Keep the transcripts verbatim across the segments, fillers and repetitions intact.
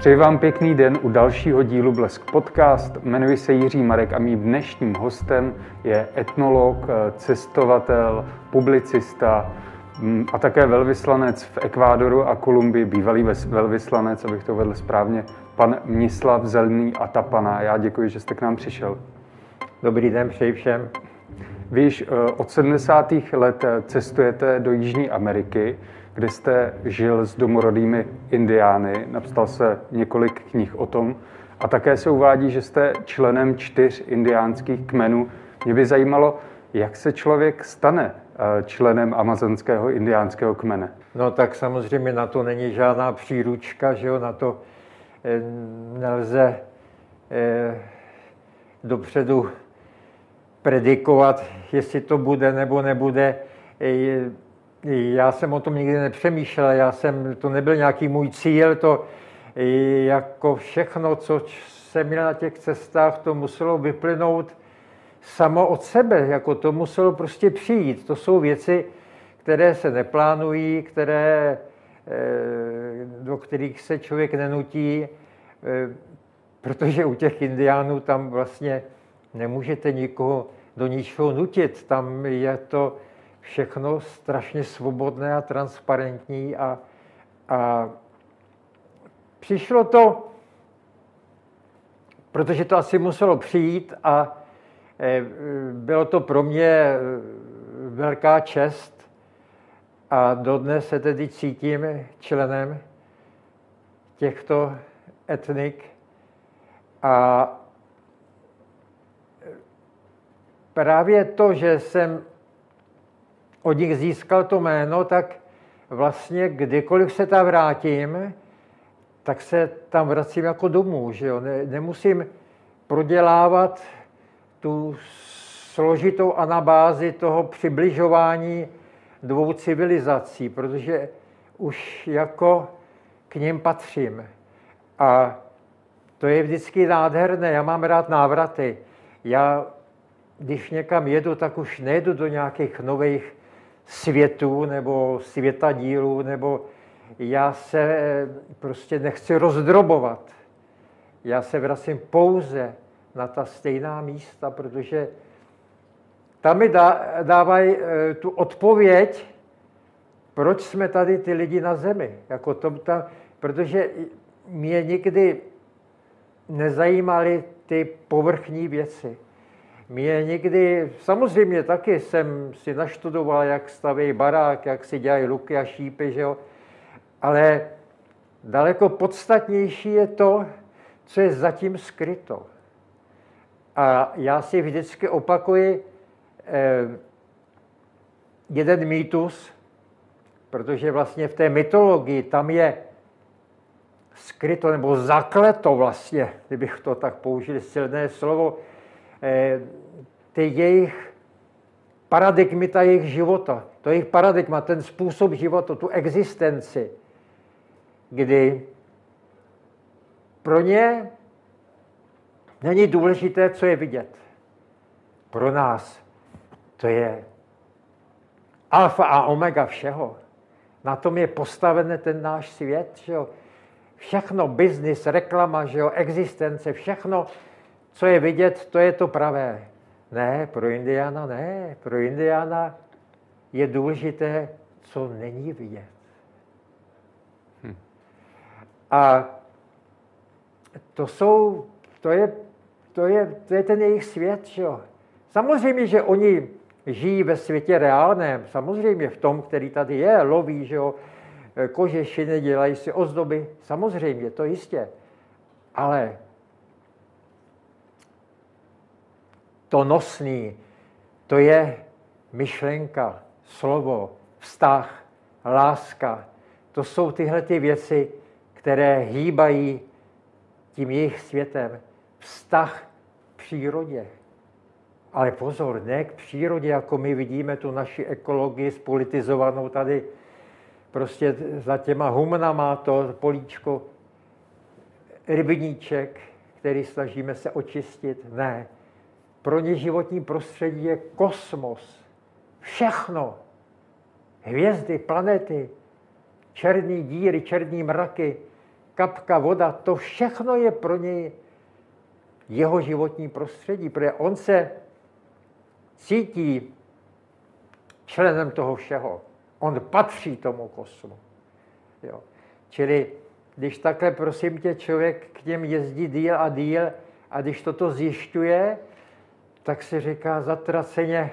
Přeji vám pěkný den u dalšího dílu Blesk Podcast. Jmenuji se Jiří Marek a mým dnešním hostem je etnolog, cestovatel, publicista a také velvyslanec v Ekvádoru a Kolumbii, bývalý velvyslanec, abych to uvedl správně, pan Mnislav Zelený Atapana. Já děkuji, že jste k nám přišel. Dobrý den, přeji všem. Vy již od sedmdesátých let cestujete do Jižní Ameriky, kde jste žil s domorodými indiány, napsal se několik knih o tom a také se uvádí, že jste členem čtyř indiánských kmenů. Mě by zajímalo, jak se člověk stane členem amazonského indiánského kmene. No tak samozřejmě na to není žádná příručka, že jo, na to eh, nelze eh, dopředu predikovat, jestli to bude nebo nebude. Eh, Já jsem o tom nikdy nepřemýšlel, já jsem, to nebyl nějaký můj cíl, to jako všechno, co jsem měl na těch cestách, to muselo vyplynout samo od sebe, jako to muselo prostě přijít. To jsou věci, které se neplánují, které, do kterých se člověk nenutí, protože u těch indiánů tam vlastně nemůžete nikoho do ničeho nutit, tam je to všechno strašně svobodné a transparentní a, a přišlo to, protože to asi muselo přijít a bylo to pro mě velká čest a dodnes se tedy cítím členem těchto etnik a právě to, že jsem od nich získal to jméno, tak vlastně kdykoliv se tam vrátím, tak se tam vracím jako domů, že jo? Ne, nemusím prodělávat tu složitou anabázi toho přibližování dvou civilizací, protože už jako k nim patřím. A to je vždycky nádherné, já mám rád návraty. Já, když někam jedu, tak už nejedu do nějakých nových světů nebo světadílů, nebo já se prostě nechci rozdrobovat. Já se vracím pouze na ta stejná místa, protože tam mi dávají tu odpověď, proč jsme tady ty lidi na zemi. Jako to, tam, protože mě nikdy nezajímaly ty povrchní věci. Mě někdy, samozřejmě taky jsem si naštudoval, jak staví barák, jak si dělají luky a šípy, že jo? Ale daleko podstatnější je to, co je zatím skryto. A já si vždycky opakuji eh, jeden mýtus, protože vlastně v té mytologii tam je skryto nebo zakleto vlastně, kdybych to tak použil silné slovo, ty jejich paradigmy, ta jejich života, to jejich paradigma, ten způsob života, tu existenci, kdy pro ně není důležité, co je vidět. Pro nás to je alfa a omega všeho. Na tom je postaven ten náš svět, že jo? Všechno, biznis, reklama, že jo? Existence, všechno, co je vidět, to je to pravé. Ne, pro indiána ne. Pro indiána je důležité, co není vidět. Hm. A to jsou, to je, to je, to je ten jejich svět, že jo. Samozřejmě, že oni žijí ve světě reálném, samozřejmě v tom, který tady je, loví, že jo, kožešiny, dělají si ozdoby, samozřejmě, to jistě. Ale to nosný, to je myšlenka, slovo, vztah, láska. To jsou tyhle ty věci, které hýbají tím jejich světem. Vztah k přírodě. Ale pozor, ne k přírodě, jako my vidíme tu naši ekologii spolitizovanou tady. Prostě za těma humnama to políčko, rybníček, který snažíme se očistit. Ne. Pro ně životní prostředí je kosmos. Všechno. Hvězdy, planety, černé díry, černé mraky, kapka voda, to všechno je pro něj jeho životní prostředí, protože on se cítí členem toho všeho. On patří tomu kosmu. Jo. Čili když takhle, prosím tě, člověk k něm jezdí díl a díl a když toto zjišťuje, tak si říká zatraceně,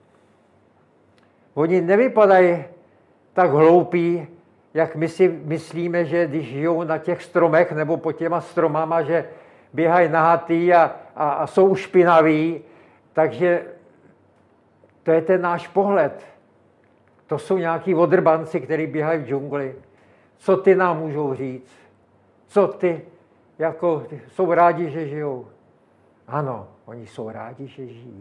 oni nevypadají tak hloupí, jak my si myslíme, že když žijou na těch stromech nebo pod těma stromama, že běhají nahatý a, a, a jsou špinaví, takže to je ten náš pohled. To jsou nějaký odrbanci, kteří běhají v džungli. Co ty nám můžou říct? Co ty, jako, jsou rádi, že žijou? Ano, oni jsou rádi, že žijí.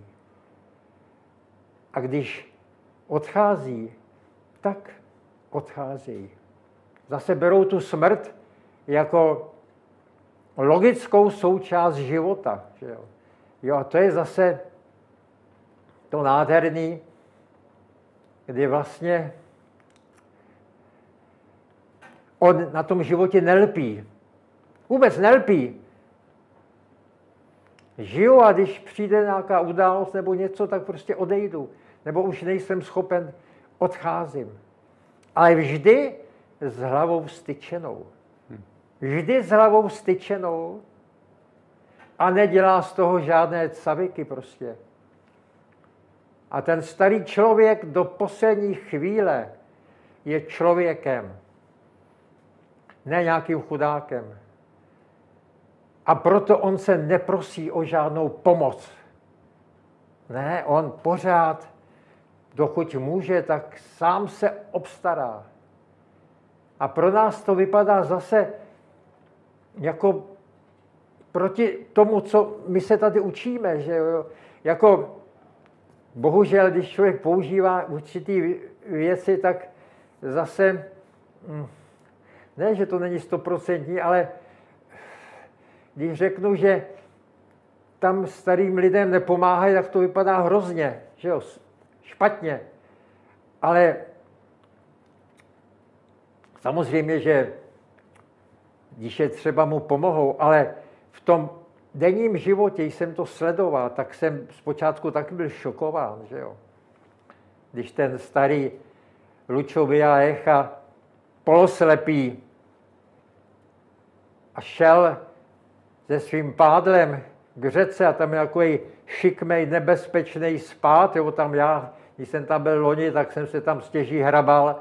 A když odchází, tak odcházejí. Zase berou tu smrt jako logickou součást života. Že jo? Jo, a to je zase to nádherný, kdy vlastně on na tom životě nelpí. Vůbec nelpí. Žiju a když přijde nějaká událost nebo něco, tak prostě odejdu. Nebo už nejsem schopen, odcházím. Ale vždy s hlavou styčenou. Vždy s hlavou styčenou a nedělá z toho žádné caviky prostě. A ten starý člověk do poslední chvíle je člověkem, ne nějakým chudákem. A proto on se neprosí o žádnou pomoc. Ne, on pořád, dokud může, tak sám se obstará. A pro nás to vypadá zase jako proti tomu, co my se tady učíme, že jo? Jako bohužel, když člověk používá určitý věci, tak zase, ne, že to není stoprocentní, ale když řeknu, že tam starým lidem nepomáhají, tak to vypadá hrozně, že jo, špatně. Ale samozřejmě, že když je třeba mu pomohou, ale v tom denním životě jsem to sledoval, tak jsem zpočátku taky byl šokován, že jo. Když ten starý Lučo Villaecha, poloslepý, a šel se svým pádlem k řece a tam je takový šikmej, nebezpečný spát, jo, tam já, když jsem tam byl loni, tak jsem se tam stěží hrabal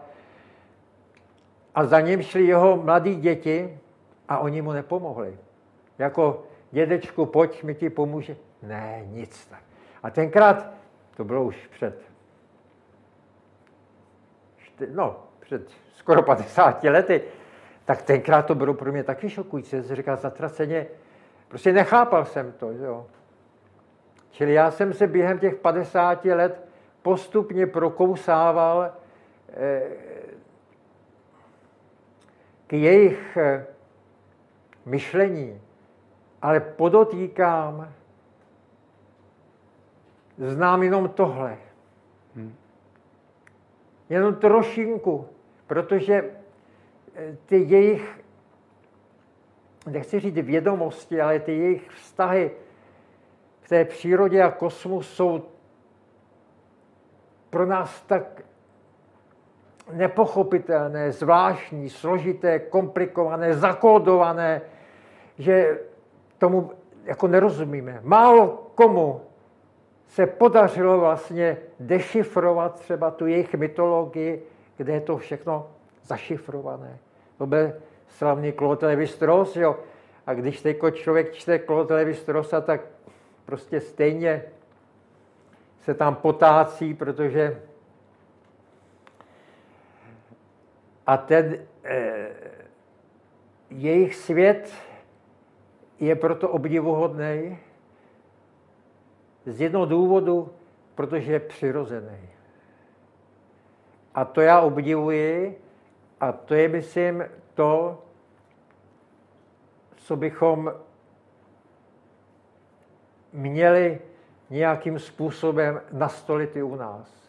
a za ním šli jeho mladí děti a oni mu nepomohli. Jako, dědečku, pojď, mi ti pomůže. Ne, nic tak. A tenkrát, to bylo už před, no, před skoro padesáti lety, tak tenkrát to bylo pro mě taky šokující. Jsem říkal zatraceně, prostě nechápal jsem to, jo. Čili já jsem se během těch padesáti let postupně prokousával eh, k jejich eh, myšlení. Ale podotýkám, znám jenom tohle. Hmm. Jenom trošinku, protože ty jejich, nechci říct vědomosti, ale ty jejich vztahy k té přírodě a kosmu jsou pro nás tak nepochopitelné, zvláštní, složité, komplikované, zakódované, že tomu jako nerozumíme. Málo komu se podařilo vlastně dešifrovat třeba tu jejich mytologii, kde je to všechno zašifrované. To byl slavný Claude Lévi-Strauss, jo. A když teďko člověk čte Claude Lévi-Straussa, tak prostě stejně se tam potácí, protože a ten eh, jejich svět je proto obdivuhodný z jednoho důvodu, protože je přirozený. A to já obdivuji a to je, myslím, to, co bychom měli nějakým způsobem nastolit i u nás.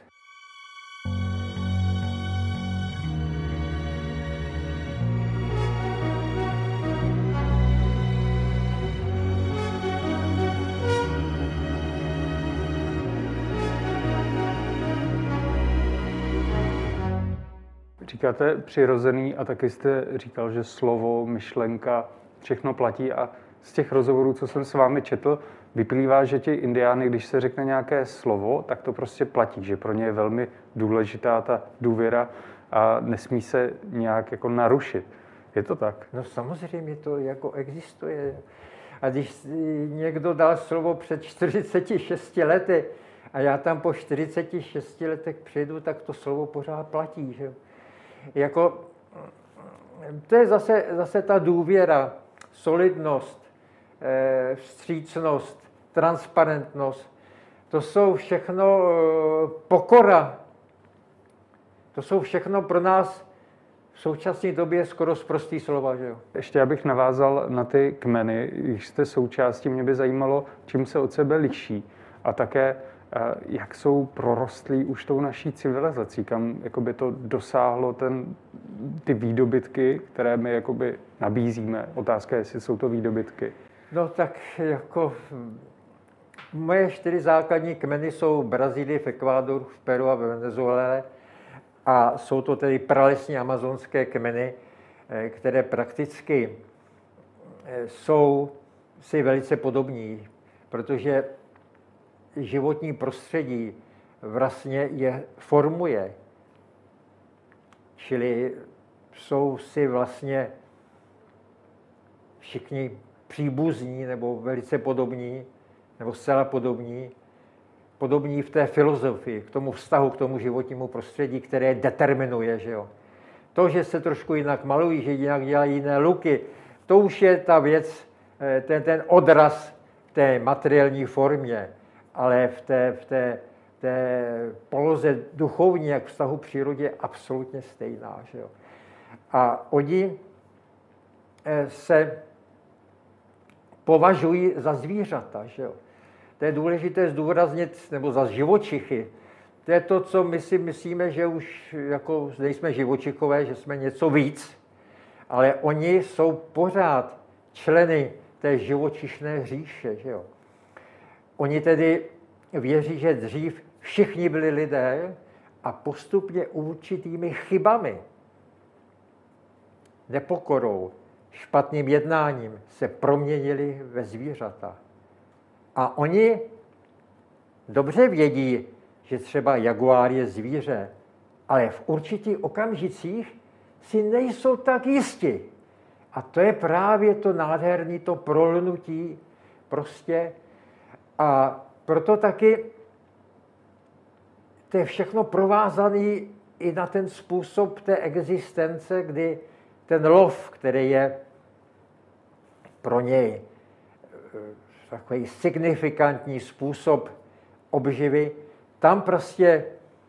říkáte přirozený a taky jste říkal, že slovo, myšlenka, všechno platí a z těch rozhovorů, co jsem s vámi četl, vyplývá, že ti indiány, když se řekne nějaké slovo, tak to prostě platí, že pro ně je velmi důležitá ta důvěra a nesmí se nějak jako narušit. Je to tak? No samozřejmě to jako existuje. A když někdo dal slovo před čtyřiceti šesti lety a já tam po čtyřiceti šesti letech přijdu, tak to slovo pořád platí. Že? Jako, to je zase, zase ta důvěra, solidnost, eh, vstřícnost, transparentnost. To jsou všechno eh, pokora. To jsou všechno pro nás v současné době skoro sprostý slova. Že jo? Ještě abych navázal na ty kmeny, když jste součástí, mě by zajímalo, čím se od sebe liší a také jak jsou prorostlí už tou naší civilizací, kam jakoby to dosáhlo ten, ty výdobytky, které my jakoby nabízíme. Otázka je, jestli jsou to výdobytky. No tak jako moje čtyři základní kmeny jsou v Brazílii, v Ekvádoru, v Peru a ve Venezuele. A jsou to tedy pralesní amazonské kmeny, které prakticky jsou si velice podobní, protože životní prostředí vlastně je formuje. Čili jsou si vlastně všichni příbuzní nebo velice podobní, nebo zcela podobní, podobní v té filozofii, k tomu vztahu, k tomu životnímu prostředí, které determinuje. Že jo. To, že se trošku jinak malují, že jinak dělají jiné luky, to už je ta věc, ten, ten odraz té materiální formě, ale v té, v té, té poloze duchovní, jak vztahu k přírodě, je absolutně stejná. Že jo. A oni se považují za zvířata. Že jo. To je důležité zdůraznit, nebo za živočichy. To je to, co my si myslíme, že už jako nejsme živočichové, že jsme něco víc, ale oni jsou pořád členy té živočišné říše. Že jo. Oni tedy věří, že dřív všichni byli lidé a postupně určitými chybami, nepokorou, špatným jednáním se proměnili ve zvířata. A oni dobře vědí, že třeba jaguár je zvíře, ale v určitých okamžicích si nejsou tak jisti. A to je právě to nádherné, to prolnutí prostě. A proto taky to je všechno provázané i na ten způsob té existence, kdy ten lov, který je pro něj takový signifikantní způsob obživy, tam prostě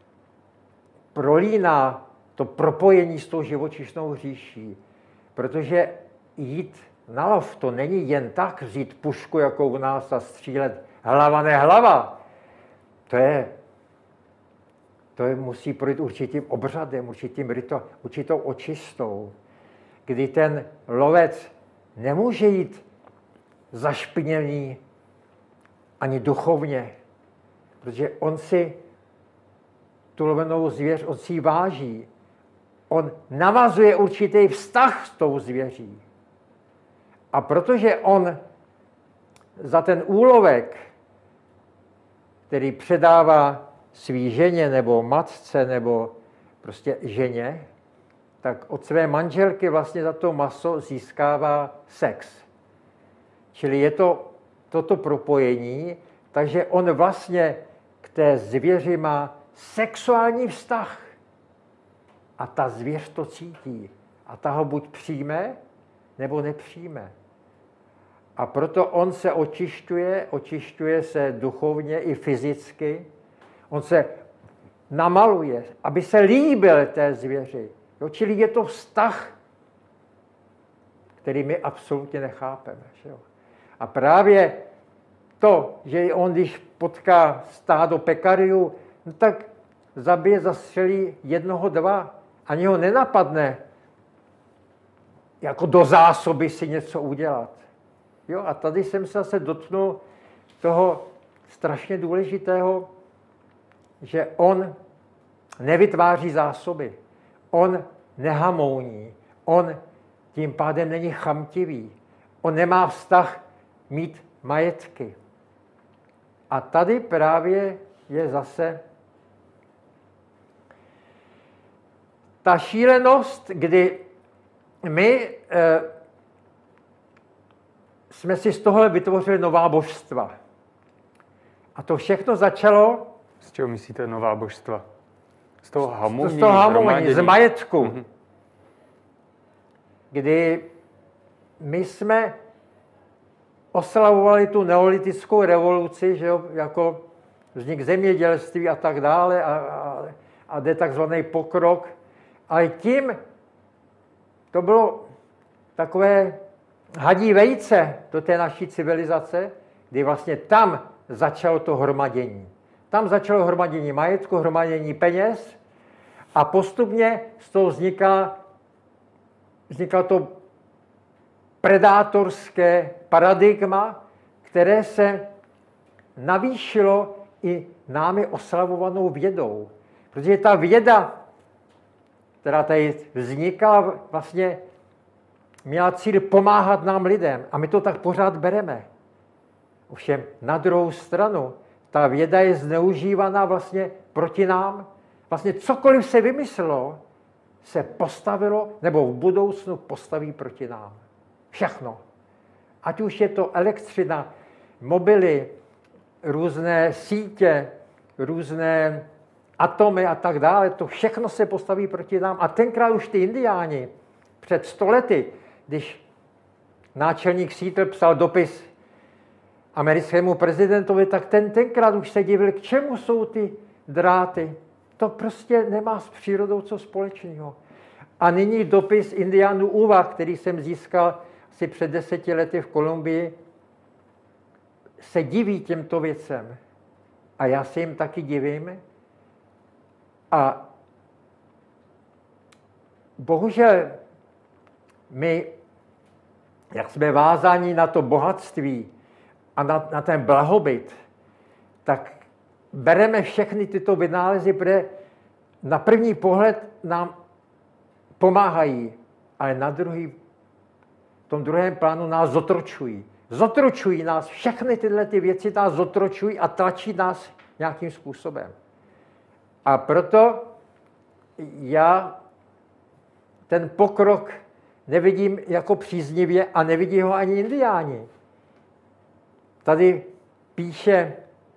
prolíná to propojení s tou živočišnou říší. Protože jít na lov, to není jen tak vzít pušku, jako u nás, a střílet hlava ne hlava. To je, to je musí projít určitým obřadem, určitým rito, určitou očistou, kdy ten lovec nemůže jít zašpiněný ani duchovně, protože on si tu lovenou zvěř, on si ji váží. On navazuje určitý vztah s tou zvěří. A protože on za ten úlovek, který předává svý ženě nebo matce nebo prostě ženě, tak od své manželky vlastně za to maso získává sex. Čili je to toto propojení, takže on vlastně k té zvěři má sexuální vztah. A ta zvěř to cítí. A ta ho buď přijme, nebo nepřijme. A proto on se očišťuje, očišťuje se duchovně i fyzicky. On se namaluje, aby se líbil té zvěři. Jo, čili je to vztah, který my absolutně nechápeme. Že jo? A právě to, že on, když potká stádo pekariů, no tak zabije, zastřelí jednoho, dva. Ani ho nenapadne jako do zásoby si něco udělat. Jo, a tady jsem se zase dotknul toho strašně důležitého, že on nevytváří zásoby. On nehamouní. On tím pádem není chamtivý. On nemá vztah mít majetky. A tady právě je zase ta šílenost, kdy my eh, jsme si z toho vytvořili nová božstva. A to všechno začalo... Z čeho myslíte nová božstva? Z toho hamoní, z toho hamoní, z majetku. Mm-hmm. Kdy my jsme oslavovali tu neolitickou revoluci, že jo, jako vznik zemědělství a tak dále a, a, a jde takzvaný pokrok. Ale tím to bylo takové hadí vejce do té naší civilizace, kdy vlastně tam začalo to hromadění. Tam začalo hromadění majetku, hromadění peněz a postupně z toho vzniká, vznikalo to predátorské paradigma, které se navýšilo i námi oslavovanou vědou. Protože ta věda, která tady vznikala, vlastně měla cíl pomáhat nám lidem. A my to tak pořád bereme. Ovšem na druhou stranu, ta věda je zneužívaná vlastně proti nám. Vlastně cokoliv se vymyslelo, se postavilo, nebo v budoucnu postaví proti nám. Všechno. Ať už je to elektřina, mobily, různé sítě, různé atomy a tak dále, to všechno se postaví proti nám. A tenkrát už ty indiáni před sto lety, když náčelník Seattle psal dopis americkému prezidentovi, tak ten tenkrát už se divil, k čemu jsou ty dráty. To prostě nemá s přírodou co společného. A nyní dopis Indiánů úvah, který jsem získal asi před deseti lety v Kolumbii, se diví těmto věcem. A já se jim taky divím. A bohužel my, jak jsme vázáni na to bohatství a na, na ten blahobyt, tak bereme všechny tyto vynálezy, protože na první pohled nám pomáhají, ale na druhý, v tom druhém plánu nás zotročují. Zotročují nás, všechny tyhle ty věci nás zotročují a tlačí nás nějakým způsobem. A proto já ten pokrok nevidím jako příznivě a nevidí ho ani indiáni. Tady píše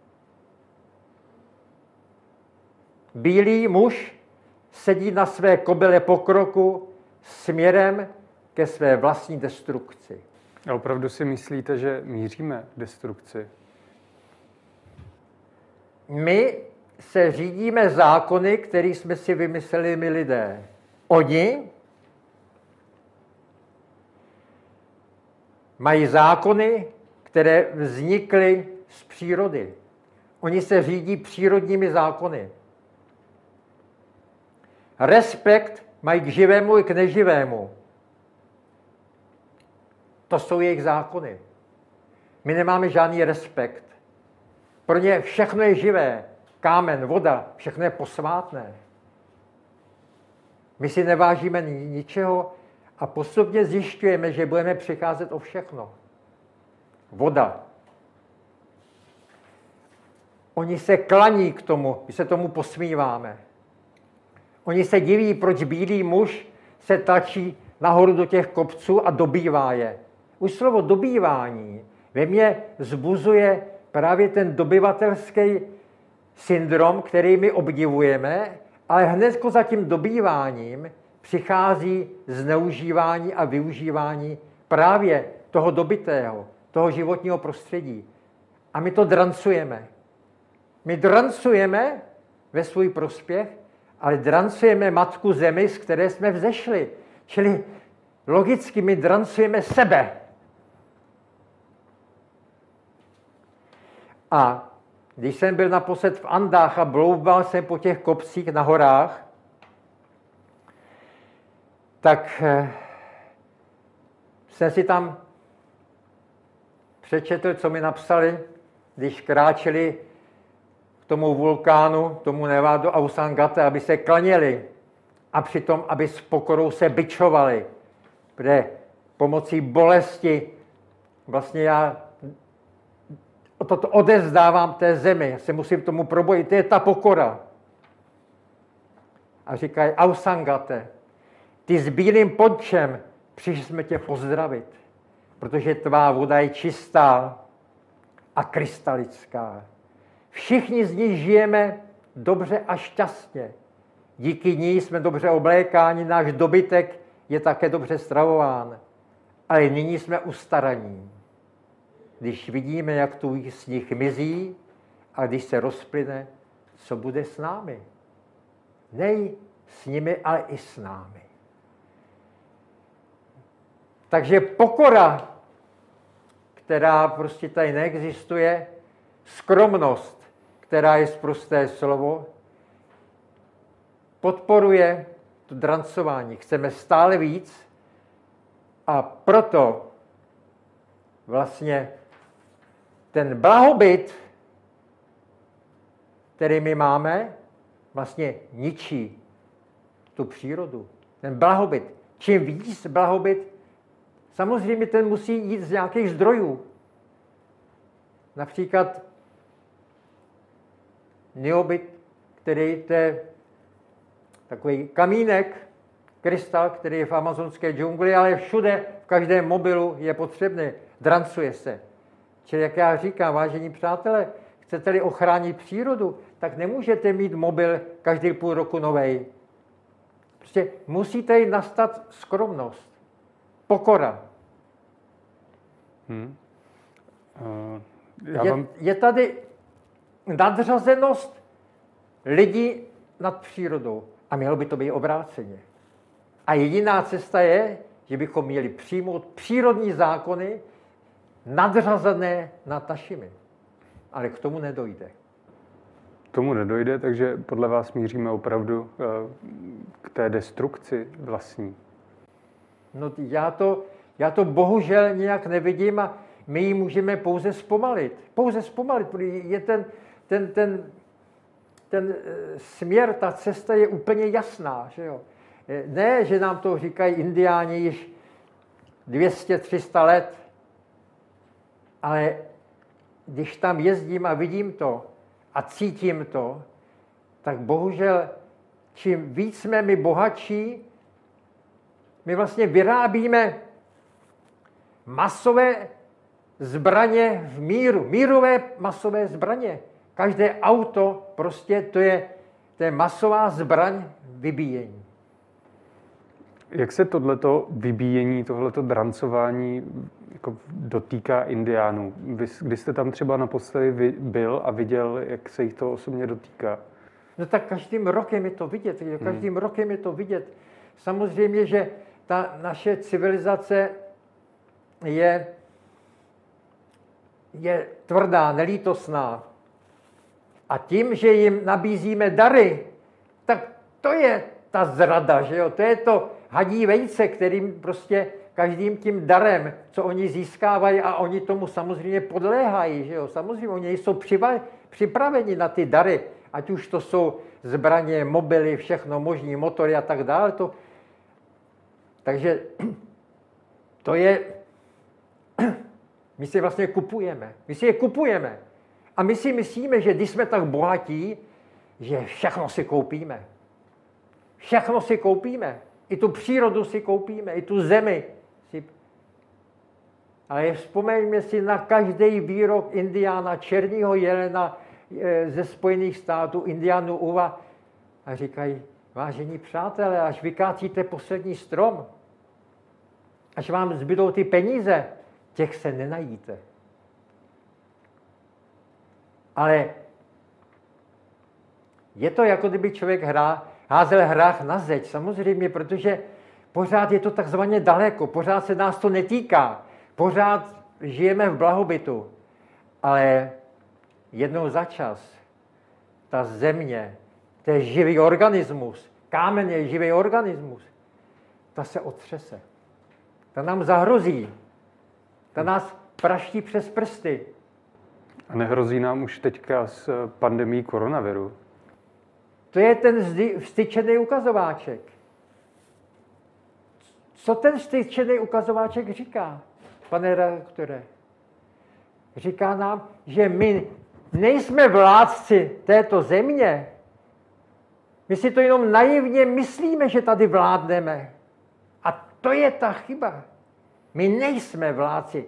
bílý muž sedí na své kobyle pokroku směrem ke své vlastní destrukci. A opravdu si myslíte, že míříme k destrukci? My se řídíme zákony, které jsme si vymysleli my lidé. Oni mají zákony, které vznikly z přírody. Oni se řídí přírodními zákony. Respekt mají k živému i k neživému. To jsou jejich zákony. My nemáme žádný respekt. Pro ně všechno je živé. Kámen, voda, všechno je posvátné. My si nevážíme ničeho a postupně zjišťujeme, že budeme přicházet o všechno. Voda. Oni se klaní k tomu, my se tomu posmíváme. Oni se diví, proč bílý muž se tlačí nahoru do těch kopců a dobývá je. Už slovo dobývání ve mně vzbuzuje právě ten dobyvatelský syndrom, který my obdivujeme, ale hned za tím dobýváním přichází zneužívání a využívání právě toho dobytého, toho životního prostředí. A my to drancujeme. My drancujeme ve svůj prospěch, ale drancujeme matku zemi, z které jsme vzešli. Čili logicky my drancujeme sebe. A když jsem byl naposled v Andách a bloubal jsem po těch kopcích na horách, tak jsem si tam přečetl, co mi napsali, když kráčeli k tomu vulkánu, tomu Nevadu Ausangate, aby se klaněli a přitom, aby s pokorou se bičovali, protože pomocí bolesti vlastně já toto odevzdávám té zemi, já se musím tomu probojit, to je ta pokora. A říkají, Ausangate, ty s bílým pončem, přišli jsme tě pozdravit, protože tvá voda je čistá a krystalická. Všichni z ní žijeme dobře a šťastně. Díky ní jsme dobře oblékáni, náš dobytek je také dobře stravován. Ale nyní jsme ustaraní. Když vidíme, jak tu sníh mizí a když se rozplyne, co bude s námi? Nej s nimi, ale i s námi. Takže pokora, která prostě tady neexistuje, skromnost, která je sprosté slovo, podporuje to drancování. Chceme stále víc a proto vlastně ten blahobyt, který my máme, vlastně ničí tu přírodu. Ten blahobyt. Čím víc blahobyt, samozřejmě ten musí jít z nějakých zdrojů. Například neobyt, který to je takový kamínek, krystal, který je v amazonské džungli, ale všude, v každém mobilu je potřebný. Drancuje se. Čili jak já říkám, vážení přátelé, chcete-li ochránit přírodu, tak nemůžete mít mobil každý půl roku novej. Prostě musíte jít nastat skromnost, pokora. Hmm. Uh, já je, vám... je tady nadřazenost lidí nad přírodou a mělo by to být obráceně. A jediná cesta je, že bychom měli přijmout přírodní zákony nadřazené nad našimi. Ale k tomu nedojde. K tomu nedojde, takže podle vás míříme opravdu k té destrukci vlastní. No já to, já to bohužel nějak nevidím a my ji můžeme pouze zpomalit. Pouze zpomalit, protože je ten, ten, ten, ten směr, ta cesta je úplně jasná. Že jo? Ne, že nám to říkají indiáni již dvě stě tři sta let, ale když tam jezdím a vidím to a cítím to, tak bohužel čím víc jsme my bohatší, my vlastně vyrábíme masové zbraně v míru, mírové masové zbraně. Každé auto prostě to je, to je masová zbraň vybíjení. Jak se tohleto vybíjení, tohleto drancování jako dotýká indiánů? Vy, když jste tam třeba naposledy byl a viděl, jak se jich to osobně dotýká? No tak každým rokem je to vidět. Každým hmm. rokem je to vidět. Samozřejmě, že ta naše civilizace je, je tvrdá, nelítosná. A tím, že jim nabízíme dary, tak to je ta zrada, že jo? To je to hadí vejce, kterým prostě každým tím darem, co oni získávají a oni tomu samozřejmě podléhají, že jo? Samozřejmě oni jsou přiva- připraveni na ty dary, ať už to jsou zbraně, mobily, všechno možný, motory a tak dále. To... Takže to je, my si vlastně kupujeme, my si je kupujeme a my si myslíme, že když jsme tak bohatí, že všechno si koupíme. Všechno si koupíme. I tu přírodu si koupíme, i tu zemi. Si... Ale vzpomeňme si na každý výrok indiána, černého jelena ze Spojených států, indiánů Uva a říkají, vážení přátelé, až vykácíte poslední strom, až vám zbydou ty peníze, těch se nenajíte. Ale je to, jako kdyby člověk hrá, házel hrách na zeď, samozřejmě, protože pořád je to takzvaně daleko, pořád se nás to netýká, pořád žijeme v blahobytu, ale jednou za čas ta země, to je živý organismus, kámen je živý organismus, ta se otřese, ta nám zahrozí, ta nás praští přes prsty. A nehrozí nám už teďka s pandemií koronaviru? To je ten vstyčený ukazováček. co ten styčený ukazováček říká, pane redaktore? Říká nám, že my nejsme vládci této země. My si to jenom naivně myslíme, že tady vládneme. A to je ta chyba. My nejsme vládci.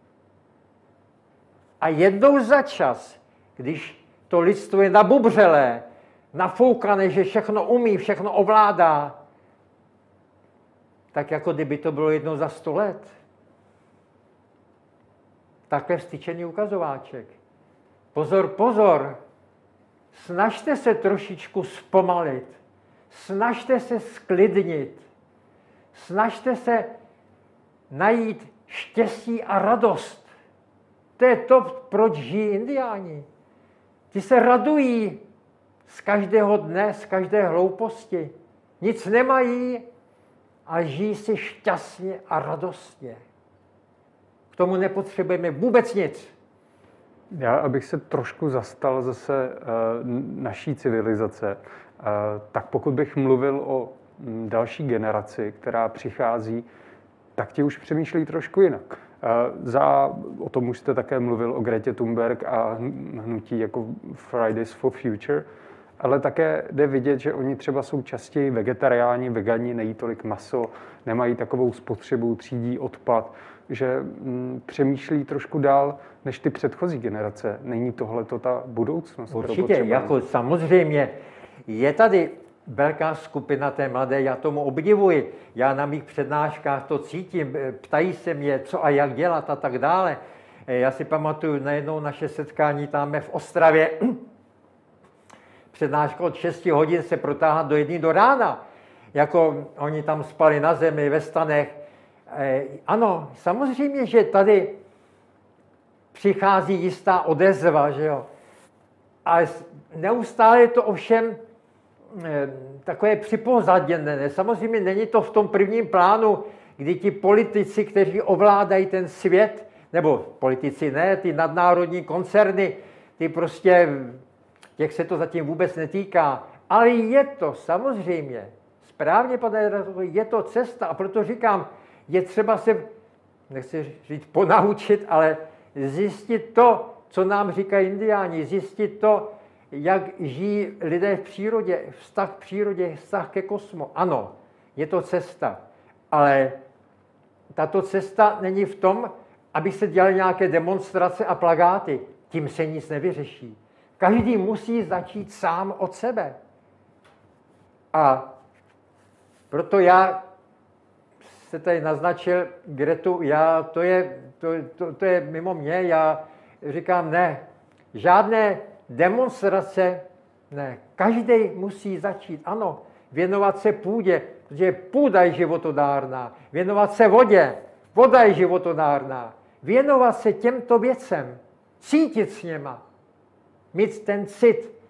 A jednou za čas, když to lidstvo je nabubřelé, nafoukané, že všechno umí, všechno ovládá, tak jako kdyby to bylo jednou za sto let. Takhle vstyčený ukazováček. Pozor, pozor, snažte se trošičku zpomalit, snažte se sklidnit, snažte se najít štěstí a radost. To je to, proč žijí indiáni. Ti se radují z každého dne, z každé hlouposti. Nic nemají a žijí si šťastně a radostně. K tomu nepotřebujeme vůbec nic. Já, abych se trošku zastal zase uh, naší civilizace, uh, tak pokud bych mluvil o m, další generaci, která přichází, tak ti už přemýšlí trošku jinak. Uh, za, o tom už jste také mluvil, o Gretě Thunberg a hnutí jako Fridays for Future, ale také jde vidět, že oni třeba jsou častěji vegetariáni, vegani, nejí tolik maso, nemají takovou spotřebu, třídí odpad, že m, přemýšlí trošku dál než ty předchozí generace. Není tohle to ta budoucnost? Určitě, jako samozřejmě je tady velká skupina té mladé, já tomu obdivuji, já na mých přednáškách to cítím, ptají se mě, co a jak dělat a tak dále. Já si pamatuju na jednou naše setkání tam v Ostravě, přednáška od šesti hodin se protáhla do jedné do rána, jako oni tam spali na zemi, ve stanech. Ano, samozřejmě, že tady přichází jistá odezva, že jo. Ale neustále je to ovšem takové připozaděné. Samozřejmě není to v tom prvním plánu, kdy ti politici, kteří ovládají ten svět, nebo politici ne, ty nadnárodní koncerny, ty prostě, těch se to zatím vůbec netýká. Ale je to samozřejmě, správně, pane redaktor, je to cesta a proto říkám, je třeba se, nechci říct ponaučit, ale zjistit to, co nám říkají indiáni, zjistit to, jak žijí lidé v přírodě, vztah k přírodě, vztah ke kosmu. Ano, je to cesta, ale tato cesta není v tom, aby se dělaly nějaké demonstrace a plakáty. Tím se nic nevyřeší. Každý musí začít sám od sebe. A proto já se tady naznačil Gretu, já, to, je, to, to, to je mimo mě, já říkám ne, žádné demonstrace, ne, každý musí začít, ano, věnovat se půdě, protože půda je životodárná, věnovat se vodě, voda je životodárná, věnovat se těmto věcem, cítit s něma, mít ten cit,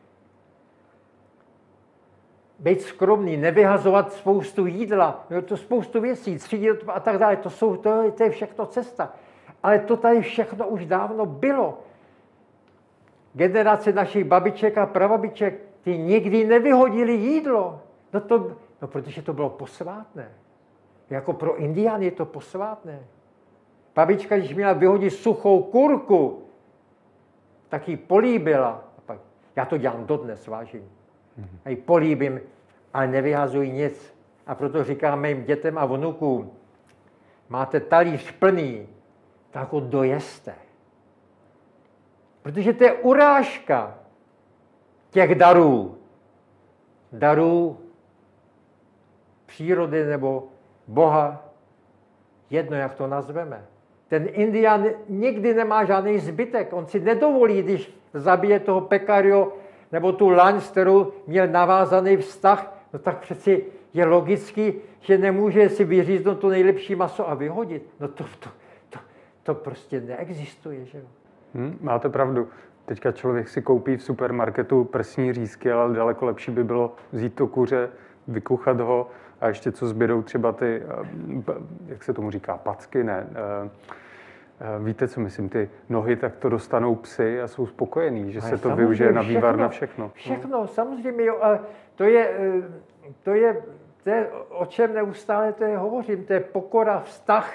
být skromný, nevyhazovat spoustu jídla, no to spoustu věcí, třídit a tak dále, to, jsou, to, to je všechno cesta. Ale to tady všechno už dávno bylo. Generace našich babiček a prababiček, ty nikdy nevyhodili jídlo. No, to, no protože to bylo posvátné. Jako pro Indiány je to posvátné. Babička, když měla vyhodit suchou kurku, tak ji políbila. Já to dělám dodnes, vážím. A ji políbím, ale nevyhazují nic. A proto říkám mým dětem a vnukům, máte talíř plný, tak ho dojeste. Protože to je urážka těch darů. Darů přírody nebo Boha, jedno, jak to nazveme. Ten Indián nikdy nemá žádný zbytek. On si nedovolí, když zabije toho pekario nebo tu laň, s kterou měl navázaný vztah, no tak přeci je logický, že nemůže si vyříznout to nejlepší maso a vyhodit. No to, to, to, to prostě neexistuje, že jo? Hmm, máte pravdu. Teďka člověk si koupí v supermarketu prsní řízky, ale daleko lepší by bylo vzít to kuře, vykuchat ho a ještě co zbydou třeba ty, jak se tomu říká, packy, ne. Víte, co myslím, ty nohy, tak to dostanou psy a jsou spokojení, že ale se to využije na vývar na všechno. Všechno, samozřejmě, jo, ale to je, to je to je, o čem neustále to je hovořím, to je pokora, vztah.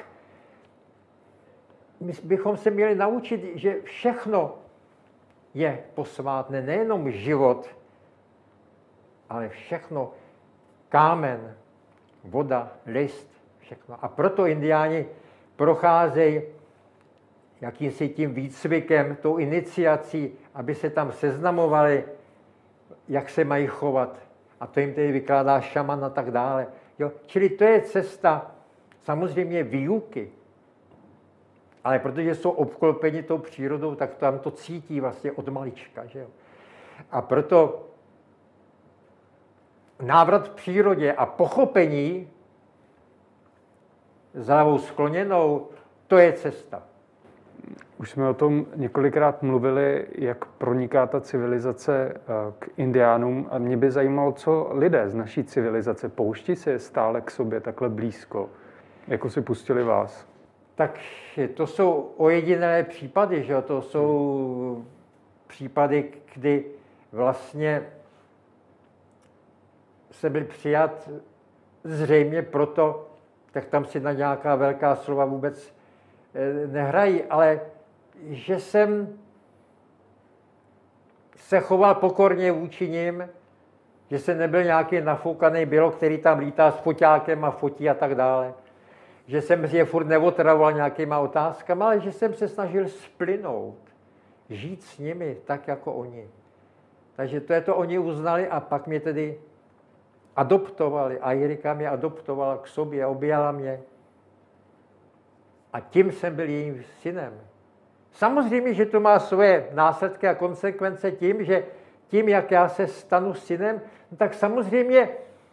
My bychom se měli naučit, že všechno je posvátné, nejenom život, ale všechno, kámen, voda, list, všechno. A proto indiáni procházejí jakýmsi tím výcvikem, tou iniciací, aby se tam seznamovali, jak se mají chovat. A to jim tedy vykládá šaman a tak dále. Jo? Čili to je cesta samozřejmě výuky. Ale protože jsou obklopeni tou přírodou, tak tam to cítí vlastně od malička. Že jo? A proto návrat v přírodě a pochopení s hlavou skloněnou, to je cesta. Už jsme o tom několikrát mluvili, jak proniká ta civilizace k indiánům a mě by zajímalo, co lidé z naší civilizace pouští si je stále k sobě takhle blízko, jako si pustili vás. Tak to jsou ojedinělé případy, že? To jsou případy, kdy vlastně se byl přijat zřejmě proto, tak tam si na nějaká velká slova vůbec nehrají, ale že jsem se choval pokorně vůči nim, že jsem nebyl nějaký nafoukaný bylo, který tam lítá s foťákem a fotí a tak dále. Že jsem je furt neotravoval nějakýma otázkama, ale že jsem se snažil splynout, žít s nimi tak, jako oni. Takže to je to, oni uznali a pak mě tedy adoptovali. A Jirika mě adoptovala k sobě, objala mě. A tím jsem byl jejím synem. Samozřejmě, že to má svoje následky a konsekvence tím, že tím, jak já se stanu synem, tak samozřejmě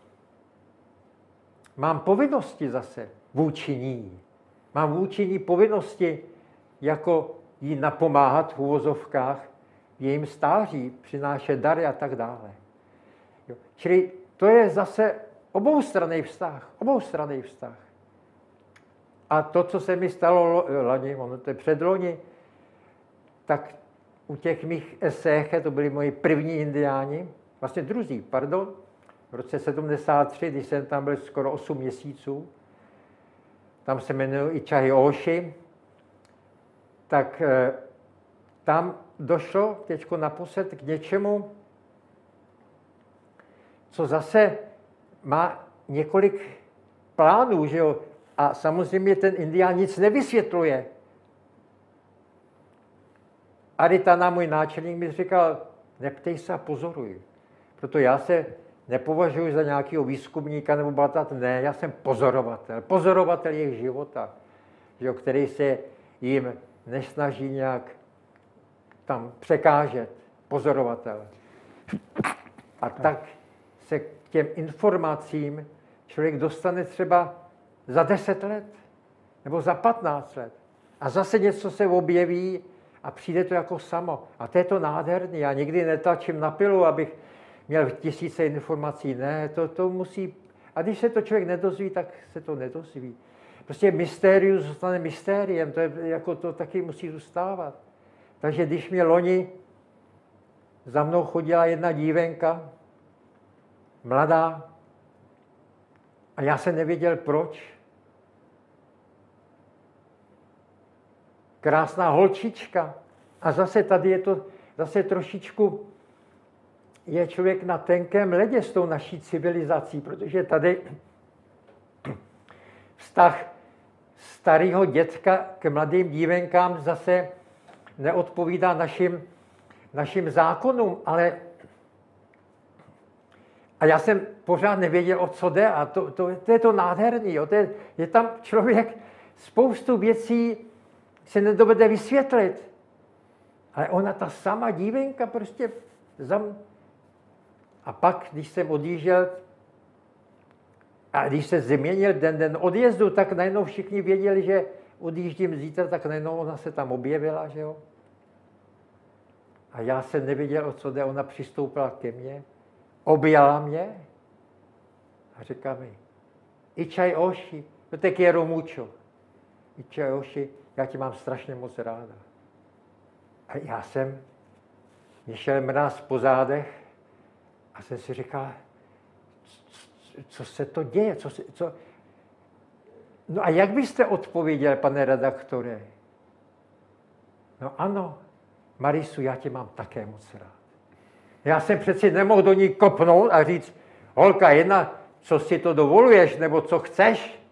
mám povinnosti zase vůči ní. Mám vůči ní povinnosti jako jí napomáhat v uvozovkách v jejím stáří, přinášet dary a tak dále. Jo. Čili to je zase oboustranný vztah, oboustranný vztah. A to, co se mi stalo loni, ono to je předloni, tak u těch mých eséche, to byli moji první indiáni, vlastně druzí, pardon, v roce sedmdesát tři, když jsem tam byl skoro osm měsíců, tam se jmenuji Ičahi Oši, tak eh, tam došlo teďko naposled k něčemu, co zase má několik plánů, že jo? A samozřejmě ten indián nic nevysvětluje. Aritana, můj náčelník, mi říkal, neptej se a pozoruj. Proto já se nepovažuji za nějakého výzkumníka nebo batat, ne, já jsem pozorovatel. Pozorovatel jejich života, že jo, který se jim nesnaží nějak tam překážet. Pozorovatel. A tak se k těm informacím člověk dostane třeba za deset let nebo za patnáct let. A zase něco se objeví a přijde to jako samo. A to je to nádherný. Já nikdy netlačím na pilu, abych měl tisíce informací. Ne, to, to musí... A když se to člověk nedozví, tak se to nedozví. Prostě mystérium zůstane mystériem. To, je, jako to taky musí zůstávat. Takže když mě loni za mnou chodila jedna dívenka, mladá, a já jsem nevěděl proč. Krásná holčička. A zase tady je to, zase trošičku je člověk na tenkém ledě s tou naší civilizací, protože tady vztah starého dětka k mladým dívenkám zase neodpovídá našim, našim zákonům, ale a já jsem pořád nevěděl, o co jde, a to, to, to je to nádherný. Jo. To je, je tam člověk spoustu věcí se nedovede vysvětlit. Ale ona, ta sama dívenka, prostě zam... A pak, když jsem odjížděl, a když se změnil den, den odjezdu, tak najednou všichni věděli, že odjíždím zítra, tak najednou ona se tam objevila, že jo. A já jsem nevěděl, o co jde, ona přistoupila ke mně, objala mě a řekla mi, Ičaj Oši, no te quiero mucho. Ičaj Oši, já tě mám strašně moc ráda. A já jsem, mě šel mráz po zádech a jsem si říkal, co se to děje? Co se, co... No a jak byste odpověděl, pane redaktore? No ano, Marisu, já tě mám také moc rád. Já jsem přeci nemohl do ní kopnout a říct, holka jedna, co si to dovoluješ, nebo co chceš?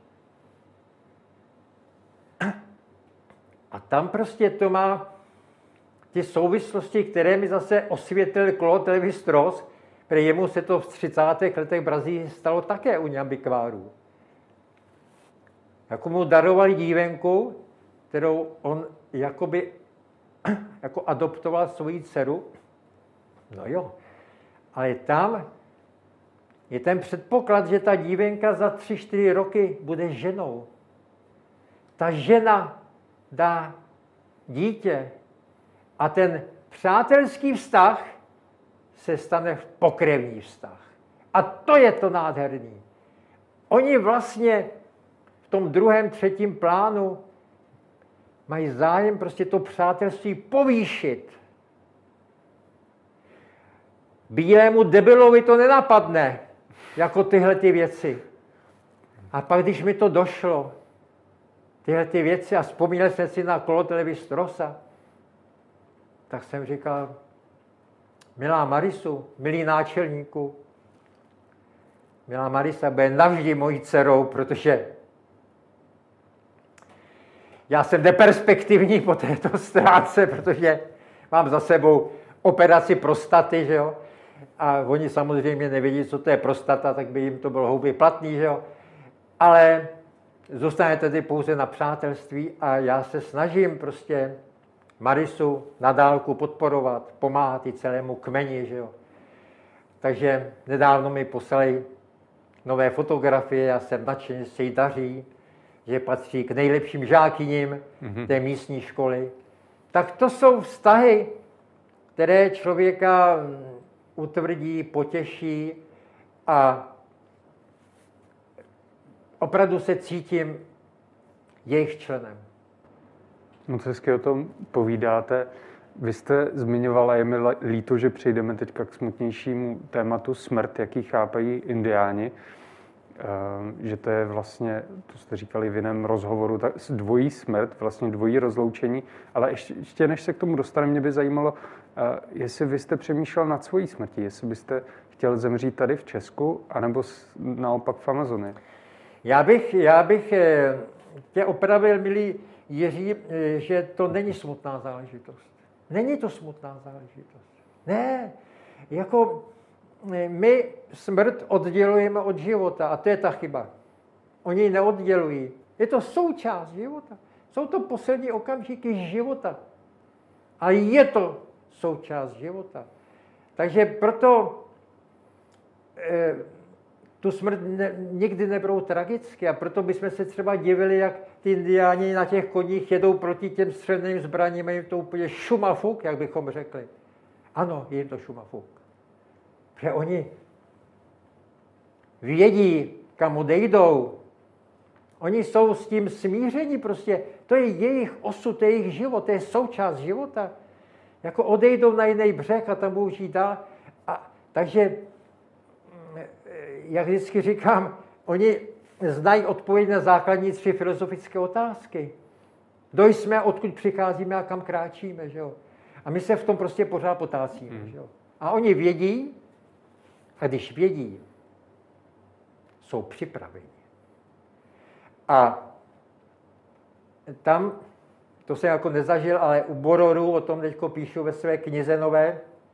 A tam prostě to má ty souvislosti, které mi zase osvětlil Claude Lévi-Strauss, protože jemu se to v třicátých letech v Brazílii stalo také u Njambikvárů. Jako mu darovali dívenku, kterou on jakoby jako adoptoval svoji dceru. No jo, ale tam je ten předpoklad, že ta dívenka za tři, čtyři roky bude ženou. Ta žena dá dítě a ten přátelský vztah se stane pokrevní vztah. A to je to nádherný. Oni vlastně v tom druhém, třetím plánu mají zájem prostě to přátelství povýšit. Bílému debilovi to nenapadne, jako tyhle ty věci. A pak, když mi to došlo, tyhle ty věci, a vzpomněl jsem si na Claude Lévi-Straussa, tak jsem říkal, milá Marisu, milý náčelníku, milá Marisa bude navždy mojí dcerou, protože já jsem neperspektivní po této stránce, protože mám za sebou operaci prostaty, že jo? A oni samozřejmě nevědí, co to je prostata, tak by jim to bylo houby platný, že jo? Ale zůstane tedy pouze na přátelství a já se snažím prostě Marisu na dálku podporovat, pomáhat i celému kmeni, že jo? Takže nedávno mi poslali nové fotografie, já jsem nadšený, že se jí daří, že patří k nejlepším žákyním mm-hmm. té místní školy. Tak to jsou vztahy, které člověka utvrdí, potěší a opravdu se cítím jejich členem. Moc hezky o tom povídáte. Vy jste zmiňovala, je mi líto, že přejdeme teďka k smutnějšímu tématu smrt, jaký chápají indiáni. Že to je vlastně, to jste říkali v jiném rozhovoru, tak dvojí smrt, vlastně dvojí rozloučení. Ale ještě, ještě než se k tomu dostaneme, mě by zajímalo, jestli vy jste přemýšlel nad svojí smrtí, jestli byste chtěl zemřít tady v Česku, anebo naopak v Amazonii. Já bych, já bych tě opravil, milý Jiří, že to není smutná záležitost. Není to smutná záležitost. Ne, jako my smrt oddělujeme od života a to je ta chyba. Oni ji neoddělují. Je to součást života. Jsou to poslední okamžiky života. A je to součást života. Takže proto e, tu smrt ne, nikdy nebrou tragicky a proto bychom se třeba divili, jak ty indiáni na těch koních jedou proti těm střelným zbraním, jim to úplně šumafuk, jak bychom řekli. Ano, je to šumafuk. Protože oni vědí, kam odejdou. Oni jsou s tím smíření prostě. To je jejich osud, to je jejich život, to je součást života. Jako odejdou na jiný břeh a tam budou žít dál. A, takže, jak vždycky říkám, oni znají odpověď na základní tři filozofické otázky. Kdo jsme, odkud přicházíme a kam kráčíme. Že jo? A my se v tom prostě pořád potácíme. Hmm. Že jo? A oni vědí, a když vědí, jsou připraveni. A tam, to jsem jako nezažil, ale u Bororu, o tom teďko píšu ve své knize nové,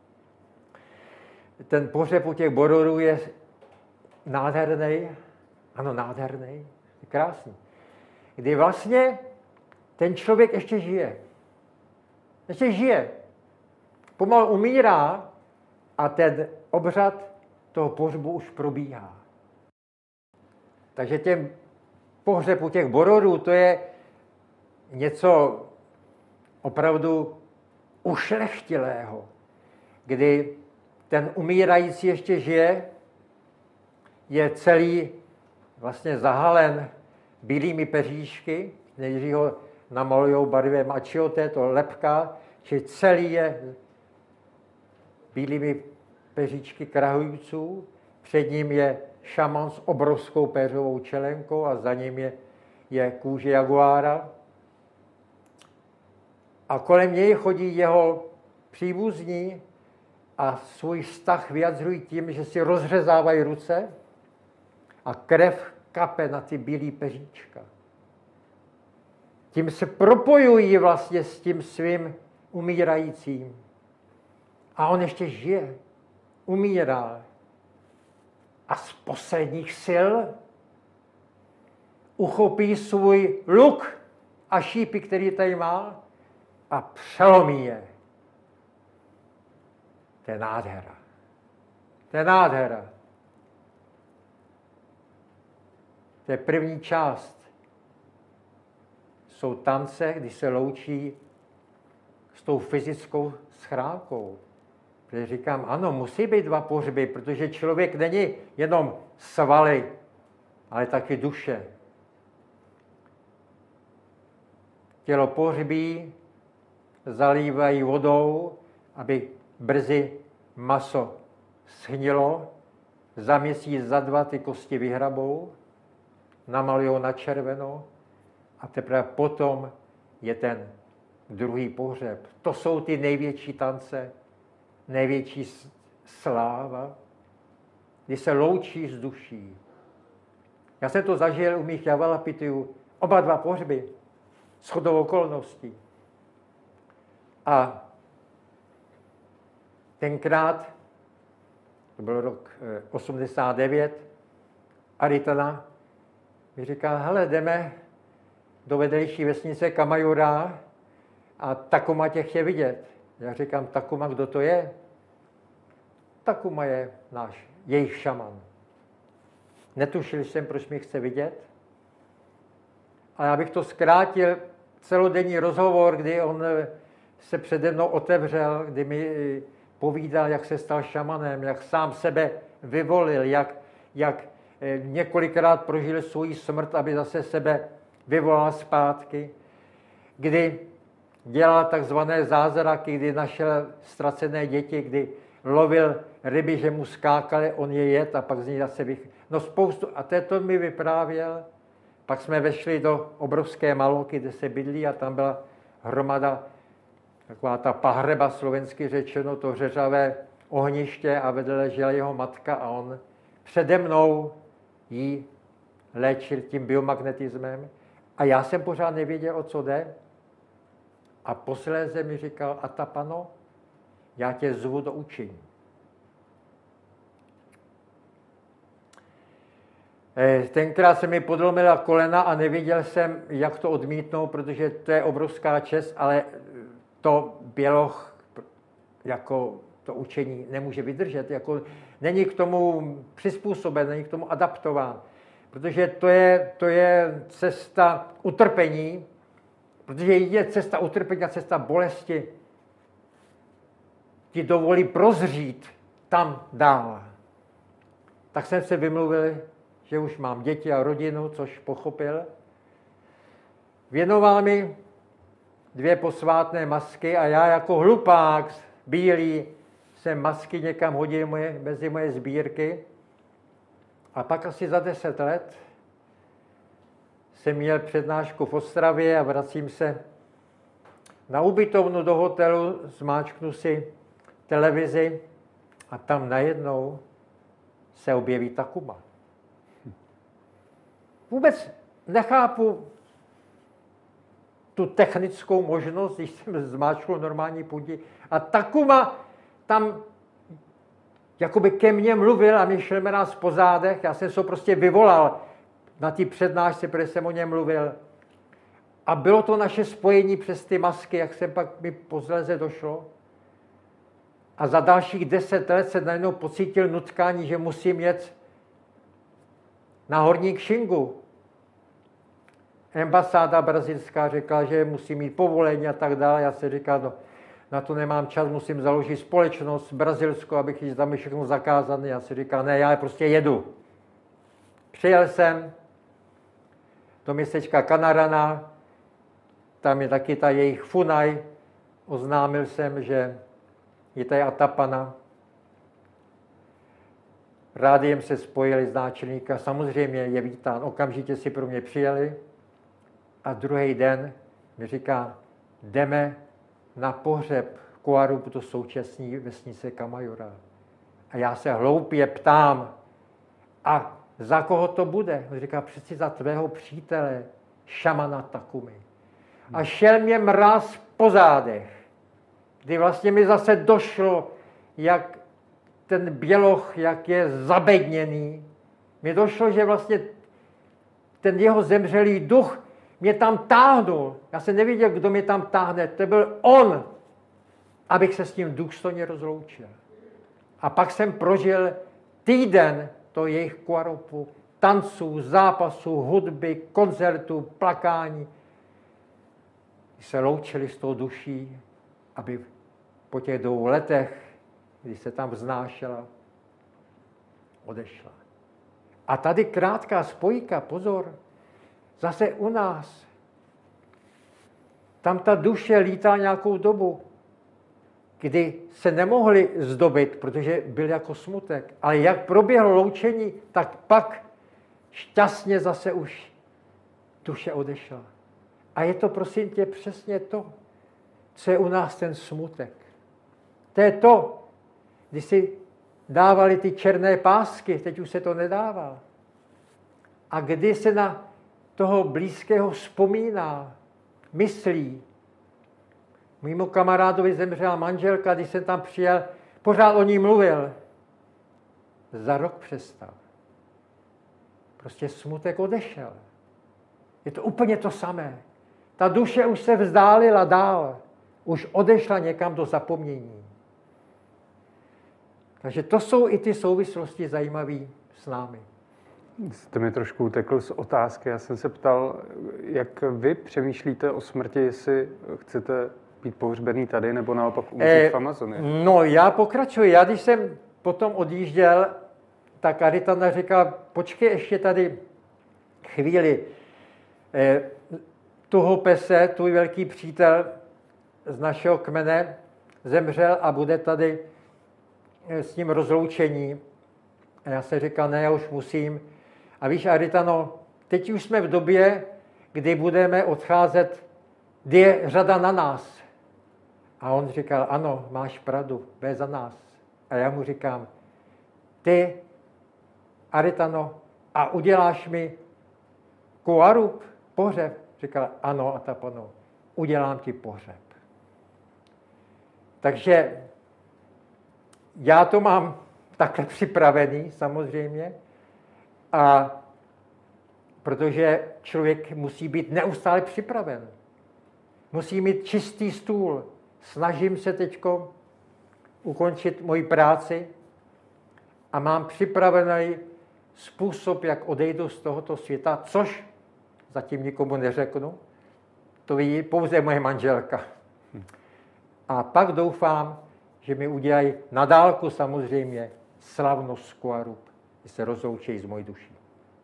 ten pohřeb u těch Bororů je nádherný, ano, nádherný, krásný. Kdy vlastně ten člověk ještě žije. Ještě žije. Pomalu umírá a ten obřad toho pohřbu už probíhá. Takže těm pohřeb u těch Bororů, to je něco opravdu ušlechtilého, kdy ten umírající ještě žije, je celý vlastně zahalen bílými peříšky, než ho namalujou barvem achioté, to lepka, či celý je bílými peříčky krahujíců, před ním je šaman s obrovskou péřovou čelenkou a za ním je, je kůže jaguára. A kolem něj chodí jeho příbuzní a svůj vztah vyjadřují tím, že si rozřezávají ruce a krev kape na ty bílý peříčka. Tím se propojují vlastně s tím svým umírajícím. A on ještě žije, umírá. A z posledních sil uchopí svůj luk a šípy, který tady má, a přelomí je. To je nádhera. To je nádhera. To je první část. Jsou tance, kdy se loučí s tou fyzickou schránkou. Protože říkám, ano, musí být dva pohřby, protože člověk není jenom svaly, ale taky duše. Tělo pohřbí, zalívají vodou, aby brzy maso schnilo, za měsíc, za dva ty kosti vyhrabou, namalujou na červeno a teprve potom je ten druhý pohřeb. To jsou ty největší tance, největší sláva, kdy se loučí s duší. Já jsem to zažil u mých Javalapitijů, oba dva pohřby, shodou okolností. A tenkrát, to byl rok osmdesát devět, Aritana mi říká, hele, jdeme do vedlejší vesnice Kamajura a Takuma tě chce vidět. Já říkám, Takuma, kdo to je? Takuma je náš, jejich šaman. Netušil jsem, proč mě chce vidět. A já bych to zkrátil, celodenní rozhovor, kdy on se přede mnou otevřel, kdy mi povídal, jak se stal šamanem, jak sám sebe vyvolil, jak, jak několikrát prožil svou smrt, aby zase sebe vyvolal zpátky, kdy dělal takzvané zázraky, kdy našel ztracené děti, kdy lovil ryby, že mu skákaly, on je jet a pak z ní zase vych... No spoustu, a to mi vyprávěl. Pak jsme vešli do obrovské Maloky, kde se bydlí a tam byla hromada, taková ta pahreba slovensky řečeno, to řeřavé ohniště a vedle ležela jeho matka a on přede mnou jí léčil tím biomagnetismem a já jsem pořád nevěděl, o co jde. A posléze mi říkal, Atapano, já tě zvu do učení. Tenkrát se mi podlomila kolena a nevěděl jsem, jak to odmítnout, protože to je obrovská čest, ale to běloch jako to učení nemůže vydržet. Jako není k tomu přizpůsoben, není k tomu adaptován. Protože to je, to je cesta utrpení, protože je cesta utrpení a cesta bolesti ti dovolí prozřít tam dál. Tak jsem se vymluvil, že už mám děti a rodinu, což pochopil. Věnoval mi dvě posvátné masky a já jako hlupák bílý jsem masky někam hodil moje, mezi moje sbírky. A pak asi za deset let jsem měl přednášku v Ostravě a vracím se na ubytovnu do hotelu, zmáčknu si televizi a tam najednou se objeví Takuma. Vůbec nechápu tu technickou možnost, když jsem zmáčkl normální půdě. A Takuma tam jakoby ke mně mluvil a mě šelmená po zádech. Já jsem se ho prostě vyvolal na té přednášce, protože jsem o něm mluvil. A bylo to naše spojení přes ty masky, jak jsem pak mi posléze došlo. A za dalších deset let se najednou pocítil nutkání, že musím jet na Horní Kšingu. Ambasáda brazilská řekla, že musím mít povolení a tak dále. Já si říkal, no, na to nemám čas, musím založit společnost brazilskou, abych jít tam všechno zakázané. Já si říkal, ne, já prostě jedu. Přijel jsem do městečka Kanarana, tam je taky ta jejich Funaj. Oznámil jsem, že je tady Atapana. rádiem se spojili z náčelníka, samozřejmě je vítán, okamžitě si pro mě přijeli a druhý den mi říká, jdeme na pohřeb Koarupu do současné vesnice Kamajura. A já se hloupě ptám, a za koho to bude? On říká, přeci za tvého přítele, šamana Takumi. A šel mě mráz po zádech, kdy vlastně mi zase došlo, jak ten běloch, jak je zabedněný. Mi došlo, že vlastně ten jeho zemřelý duch mě tam táhnul. Já jsem neviděl, kdo mě tam táhne. To byl on, abych se s ním důstojně rozloučil. A pak jsem prožil týden to jejich Koarupu, tanců, zápasů, hudby, koncertů, plakání. Se loučili s tou duší, aby po těch dvou letech, kdy se tam vznášela, odešla. A tady krátká spojka, pozor, zase u nás. Tam ta duše lítá nějakou dobu, kdy se nemohli zdobit, protože byl jako smutek. Ale jak proběhlo loučení, tak pak šťastně zase už duše odešla. A je to, prosím tě, přesně to, co je u nás ten smutek. To je to, když si dávali ty černé pásky, teď už se to nedává. A kdy se na toho blízkého vzpomíná, myslí. Mému kamarádovi zemřela manželka, když jsem tam přijel, pořád o ní mluvil. Za rok přestal. Prostě smutek odešel. Je to úplně to samé. Ta duše už se vzdálila dál. Už odešla někam do zapomnění. Takže to jsou i ty souvislosti zajímavé s námi. Jste mi trošku utekl z otázky. Já jsem se ptal, jak vy přemýšlíte o smrti, jestli chcete být pohřbený tady, nebo naopak umřít eh, v Amazonii? No, já pokračuji. Já, když jsem potom odjížděl, tak Aritana říkala, počkej ještě tady chvíli. Eh, Tuho Pese, tvůj velký přítel z našeho kmene, zemřel a bude tady s ním rozloučení. A já se říkal, ne, já už musím. A víš, Aritano, teď už jsme v době, kdy budeme odcházet, kdy je řada na nás. A on říkal, ano, máš pravdu, bude za nás. A já mu říkám, ty, Aritano, a uděláš mi Koarup, pohřeb? Říkal, ano, Atapano, udělám ti pohřeb. Takže já to mám takhle připravený, samozřejmě, a protože člověk musí být neustále připraven. Musí mít čistý stůl. Snažím se teď ukončit moji práci a mám připravený způsob, jak odejdu z tohoto světa, což zatím nikomu neřeknu. To ví pouze moje manželka. A pak doufám, že mi udělají na dálku samozřejmě slavnost Koarup, že se rozloučí s mojí duší.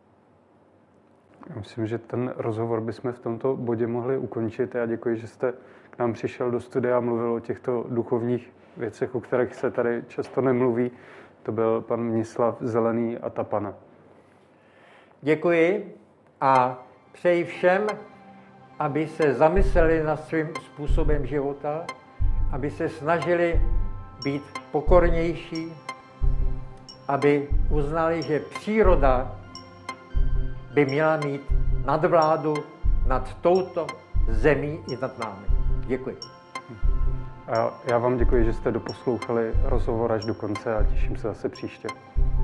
Já myslím, že ten rozhovor bychom v tomto bodě mohli ukončit. Já děkuji, že jste k nám přišel do studia a mluvil o těchto duchovních věcech, o kterých se tady často nemluví. To byl pan Mnislav Zelený Atapana. Děkuji a přeji všem, aby se zamysleli nad svým způsobem života, aby se snažili být pokornější, aby uznali, že příroda by měla mít nadvládu nad touto zemí i nad námi. Děkuji. A já vám děkuji, že jste doposlouchali rozhovor až do konce a těším se zase příště.